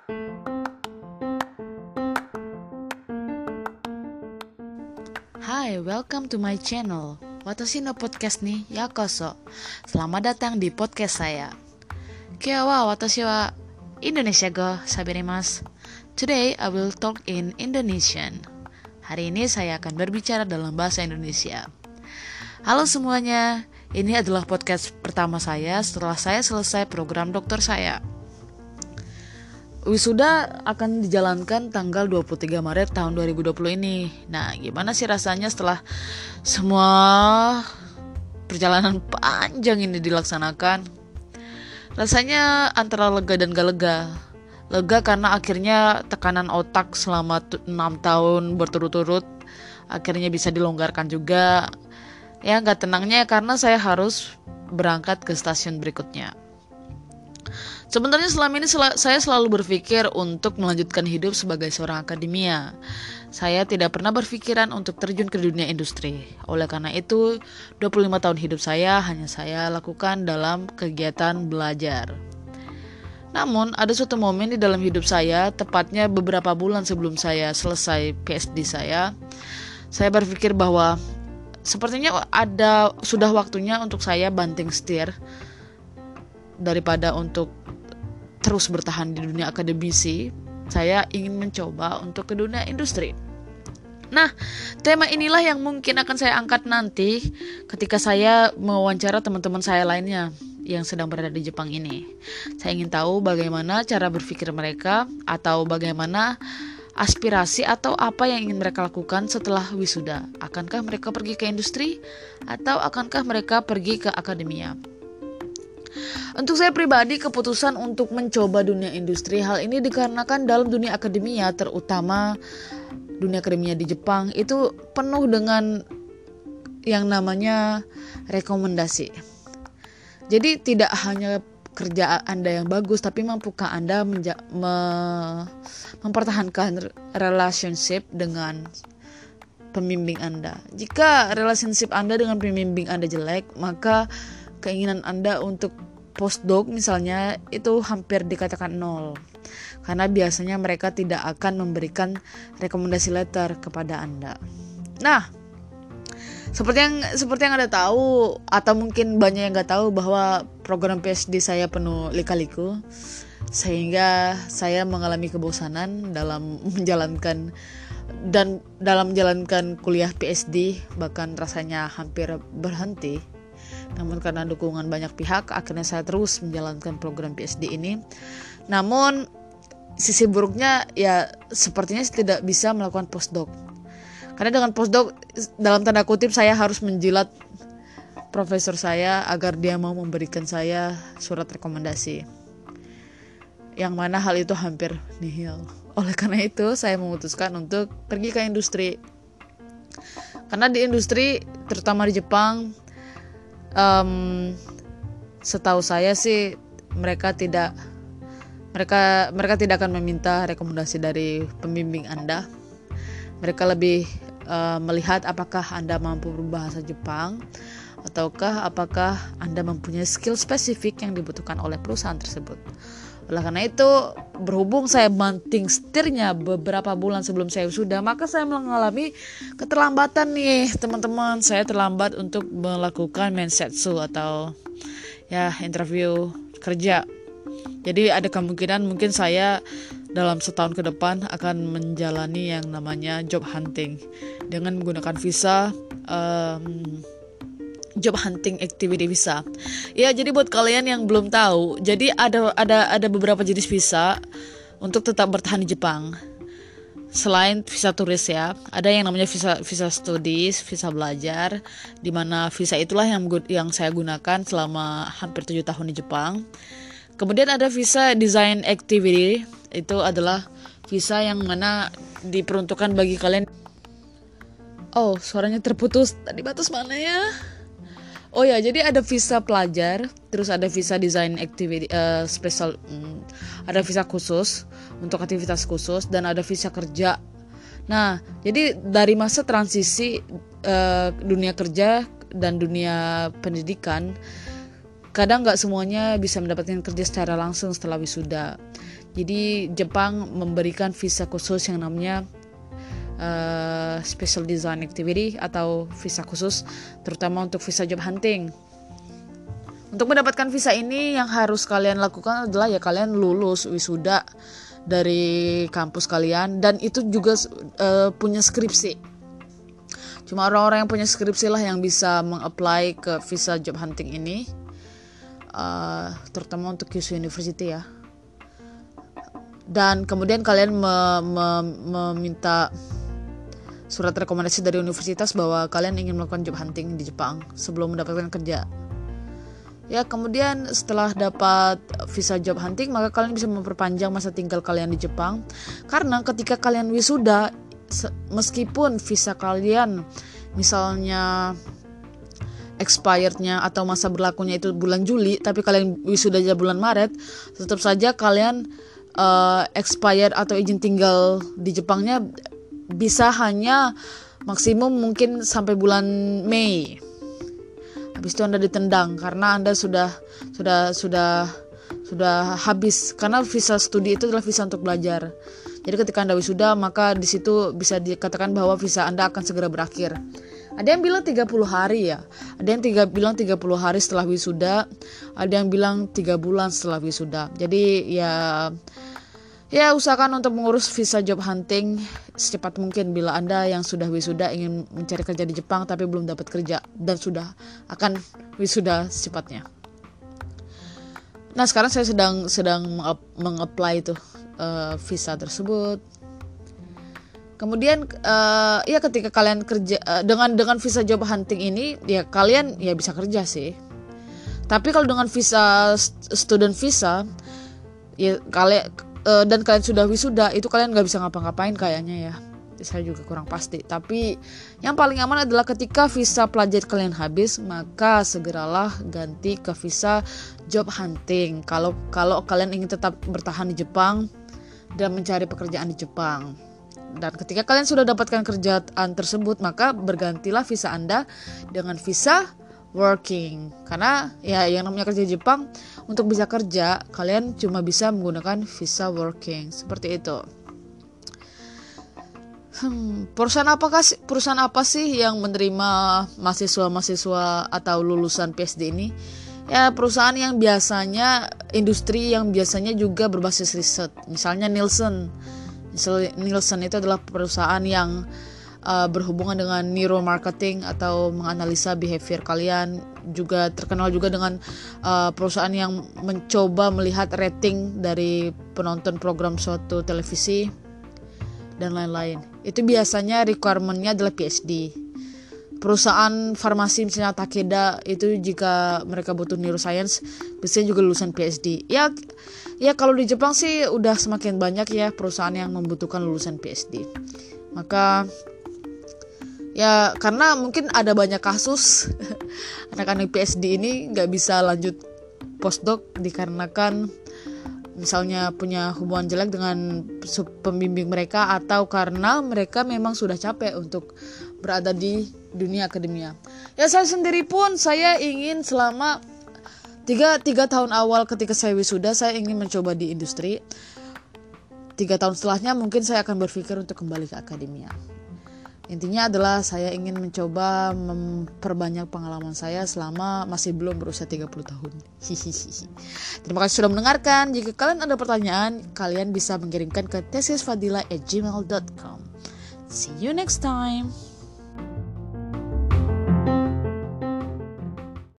Hai, welcome to my channel. Watashi no podcast ni yakoso. Selamat datang di podcast saya. Kyou wa watashi wa Indonesia go saberimasu. Today I will talk in Indonesian. Hari ini saya akan berbicara dalam bahasa Indonesia. Halo semuanya, ini adalah podcast pertama saya setelah saya selesai program dokter saya. Wisuda akan dijalankan tanggal 23 Maret tahun 2020 ini. Nah, gimana sih rasanya setelah semua perjalanan panjang ini dilaksanakan? Rasanya antara lega dan gak lega. Lega karena akhirnya tekanan otak selama 6 tahun berturut-turut akhirnya bisa dilonggarkan juga. Ya, gak tenangnya karena saya harus berangkat ke stasiun berikutnya. Sebenarnya selama ini saya selalu berpikir untuk melanjutkan hidup sebagai seorang akademia. Saya tidak pernah berpikiran untuk terjun ke dunia industri. Oleh karena itu, 25 tahun hidup saya hanya saya lakukan dalam kegiatan belajar. Namun, ada suatu momen di dalam hidup saya, tepatnya beberapa bulan sebelum saya selesai PhD saya berpikir bahwa sepertinya sudah waktunya untuk saya banting setir daripada untuk terus bertahan di dunia akademisi. Saya ingin mencoba untuk ke dunia industri. Nah, tema inilah yang mungkin akan saya angkat nanti ketika saya mewawancara teman-teman saya lainnya yang sedang berada di Jepang ini. Saya ingin tahu bagaimana cara berpikir mereka atau bagaimana aspirasi atau apa yang ingin mereka lakukan setelah wisuda. Akankah mereka pergi ke industri atau akankah mereka pergi ke akademia? Untuk saya pribadi, keputusan untuk mencoba dunia industri, hal ini dikarenakan dalam dunia akademia, terutama dunia akademia di Jepang, itu penuh dengan yang namanya rekomendasi. Jadi tidak hanya kerja Anda yang bagus, tapi mampukah Anda mempertahankan relationship dengan pembimbing Anda. Jika relationship Anda dengan pembimbing Anda jelek, maka keinginan Anda untuk postdoc misalnya itu hampir dikatakan nol. Karena biasanya mereka tidak akan memberikan rekomendasi letter kepada Anda. Nah, seperti yang Anda tahu atau mungkin banyak yang nggak tahu bahwa program PhD saya penuh lika-liku, sehingga saya mengalami kebosanan dalam menjalankan kuliah PhD, bahkan rasanya hampir berhenti. Namun karena dukungan banyak pihak, akhirnya saya terus menjalankan program PhD ini. Namun sisi buruknya ya sepertinya tidak bisa melakukan postdoc. Karena dengan postdoc, dalam tanda kutip, saya harus menjilat profesor saya agar dia mau memberikan saya surat rekomendasi. Yang mana hal itu hampir nihil. Oleh karena itu, saya memutuskan untuk pergi ke industri. Karena di industri, terutama di Jepang, setahu saya sih mereka tidak akan meminta rekomendasi dari pembimbing Anda. Mereka lebih melihat apakah Anda mampu berbahasa Jepang ataukah apakah Anda mempunyai skill spesifik yang dibutuhkan oleh perusahaan tersebut. Oleh karena itu, berhubung saya banting setirnya beberapa bulan sebelum saya wisuda, maka saya mengalami keterlambatan nih teman-teman. Saya terlambat untuk melakukan mensetsu atau ya interview kerja. Jadi ada kemungkinan mungkin saya dalam setahun ke depan akan menjalani yang namanya job hunting dengan menggunakan visa job hunting activity visa. Ya, jadi buat kalian yang belum tahu, jadi ada beberapa jenis visa untuk tetap bertahan di Jepang. Selain visa turis ya, ada yang namanya visa studies, visa belajar, di mana visa itulah yang saya gunakan selama hampir 7 tahun di Jepang. Kemudian ada visa design activity, itu adalah visa yang mana diperuntukkan bagi kalian. Oh, suaranya terputus. Tadi batas mana ya? Oh ya, jadi ada visa pelajar, terus ada visa design activity special, ada visa khusus untuk aktivitas khusus, dan ada visa kerja. Nah, jadi dari masa transisi dunia kerja dan dunia pendidikan, kadang nggak semuanya bisa mendapatkan kerja secara langsung setelah wisuda. Jadi Jepang memberikan visa khusus yang namanya Special Design Activity atau visa khusus, terutama untuk visa job hunting. Untuk mendapatkan visa ini yang harus kalian lakukan adalah ya kalian lulus wisuda dari kampus kalian, dan itu juga punya skripsi. Cuma orang-orang yang punya skripsi lah yang bisa meng-apply ke visa job hunting ini, terutama untuk Kyushu University ya. Dan kemudian kalian meminta surat rekomendasi dari universitas bahwa kalian ingin melakukan job hunting di Jepang sebelum mendapatkan kerja. Ya, kemudian setelah dapat visa job hunting, maka kalian bisa memperpanjang masa tinggal kalian di Jepang. Karena ketika kalian wisuda, meskipun visa kalian misalnya expirednya atau masa berlakunya itu bulan Juli, tapi kalian wisuda aja bulan Maret, tetap saja kalian expired atau izin tinggal di Jepangnya bisa hanya maksimum mungkin sampai bulan Mei. Habis itu Anda ditendang karena Anda sudah habis, karena visa studi itu adalah visa untuk belajar. Jadi ketika Anda wisuda, maka di situ bisa dikatakan bahwa visa Anda akan segera berakhir. Ada yang bilang 30 hari ya. Ada yang bilang 30 hari setelah wisuda, ada yang bilang 3 bulan setelah wisuda. Jadi ya usahakan untuk mengurus visa job hunting secepat mungkin bila Anda yang sudah wisuda ingin mencari kerja di Jepang tapi belum dapat kerja dan sudah akan wisuda secepatnya. Nah, sekarang saya sedang meng-apply itu visa tersebut. Kemudian ya ketika kalian kerja dengan visa job hunting ini, ya kalian ya bisa kerja sih. Tapi kalau dengan visa student visa, ya dan kalian sudah wisuda, itu kalian nggak bisa ngapa-ngapain kayaknya ya. Saya juga kurang pasti. Tapi yang paling aman adalah ketika visa pelajar kalian habis, maka segeralah ganti ke visa job hunting. Kalau kalian ingin tetap bertahan di Jepang dan mencari pekerjaan di Jepang. Dan ketika kalian sudah dapatkan kerjaan tersebut, maka bergantilah visa Anda dengan visa working. Karena ya yang namanya kerja di Jepang, untuk bisa kerja kalian cuma bisa menggunakan visa working, seperti itu. Perusahaan apa sih yang menerima mahasiswa atau lulusan PhD ini? Ya, perusahaan yang biasanya, industri yang biasanya juga berbasis riset. Misalnya Nielsen itu adalah perusahaan yang berhubungan dengan neuromarketing atau menganalisa behavior kalian. Juga terkenal juga dengan perusahaan yang mencoba melihat rating dari penonton program suatu televisi dan lain-lain. Itu biasanya requirement-nya adalah PhD. Perusahaan farmasi misalnya Takeda, itu jika mereka butuh neuroscience biasanya juga lulusan PhD. Ya kalau di Jepang sih udah semakin banyak ya perusahaan yang membutuhkan lulusan PhD. Maka ya karena mungkin ada banyak kasus anak-anak PhD ini nggak bisa lanjut postdoc dikarenakan misalnya punya hubungan jelek dengan pembimbing mereka, atau karena mereka memang sudah capek untuk berada di dunia akademia. Ya, saya sendiri pun saya ingin selama 3 tahun awal ketika saya wisuda, saya ingin mencoba di industri. 3 tahun setelahnya mungkin saya akan berpikir untuk kembali ke akademia. Intinya adalah saya ingin mencoba memperbanyak pengalaman saya selama masih belum berusia 30 tahun. Terima kasih sudah mendengarkan. Jika kalian ada pertanyaan, kalian bisa mengirimkan ke tesisfadila@gmail.com. See you next time.